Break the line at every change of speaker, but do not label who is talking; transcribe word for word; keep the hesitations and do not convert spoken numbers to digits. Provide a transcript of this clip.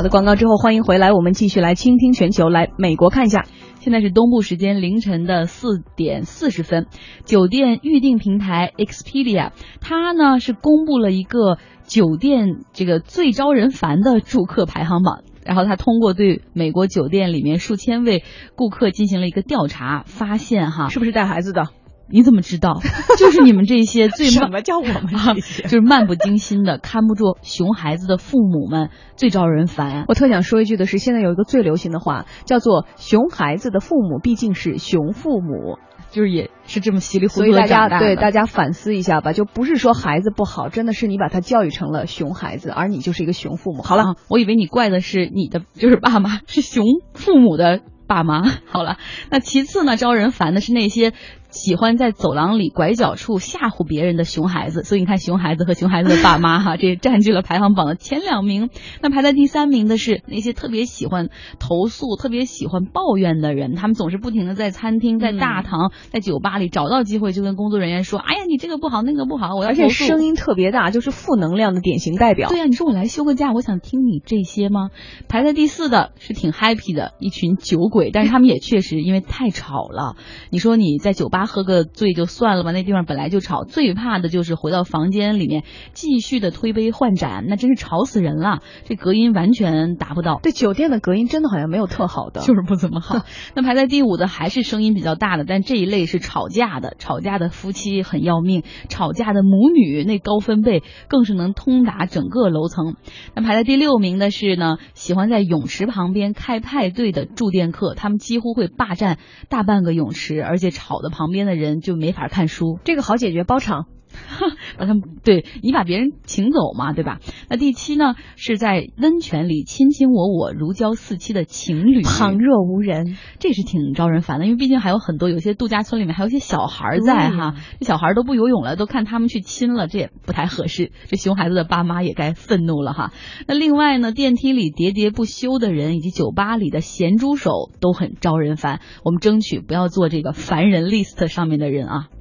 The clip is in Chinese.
的，广告之后欢迎回来，我们继续来倾听全球，来美国看一下。
现在是东部时间凌晨的四点四十分，酒店预订平台 Expedia 它呢是公布了一个酒店这个最招人烦的住客排行榜。然后他通过对美国酒店里面数千位顾客进行了一个调查，发现哈，
是不是带孩子的？
你怎么知道？就是你们这些最
什么叫我们这些、
啊、就是漫不经心的看不住熊孩子的父母们最招人烦。
我特想说一句的是，现在有一个最流行的话叫做熊孩子的父母毕竟是熊父母，
就是也是这么稀里糊涂
的长大的。所以大家对大家反思一下吧，就不是说孩子不好，真的是你把他教育成了熊孩子，而你就是一个熊父母。好了、啊、
我以为你怪的是你的就是爸妈是熊父母的爸妈。好了，那其次呢，招人烦的是那些喜欢在走廊里拐角处吓唬别人的熊孩子。所以你看，熊孩子和熊孩子的爸妈哈，这占据了排行榜的前两名。那排在第三名的是那些特别喜欢投诉、特别喜欢抱怨的人，他们总是不停的在餐厅、在大堂、在酒吧里找到机会就跟工作人员说：“哎呀，你这个不好，那个不好，我要投诉。”
而且声音特别大，就是负能量的典型代表。
对呀、啊，你说我来休个假，我想听你这些吗？排在第四的是挺 happy 的一群酒鬼，但是他们也确实因为太吵了。你说你在酒吧喝个醉就算了吧，那地方本来就吵，最怕的就是回到房间里面继续的推杯换盏，那真是吵死人了，这隔音完全达不到。
对，酒店的隔音真的好像没有特好的，
就是不怎么好。那排在第五的还是声音比较大的，但这一类是吵架的，吵架的夫妻很要命，吵架的母女那高分贝更是能通达整个楼层。那排在第六名的是呢，喜欢在泳池旁边开派对的住店客，他们几乎会霸占大半个泳池，而且吵的旁边的人就没法看书。
这个好解决，包场。
把他们对你把别人请走嘛，对吧？那第七呢，是在温泉里卿卿我我、如胶似漆的情侣，
旁若无人，
这是挺招人烦的。因为毕竟还有很多，有些度假村里面还有一些小孩在哈，这小孩都不游泳了，都看他们去亲了，这也不太合适。这熊孩子的爸妈也该愤怒了哈。那另外呢，电梯里喋喋不休的人，以及酒吧里的咸猪手都很招人烦。我们争取不要做这个烦人 list 上面的人啊。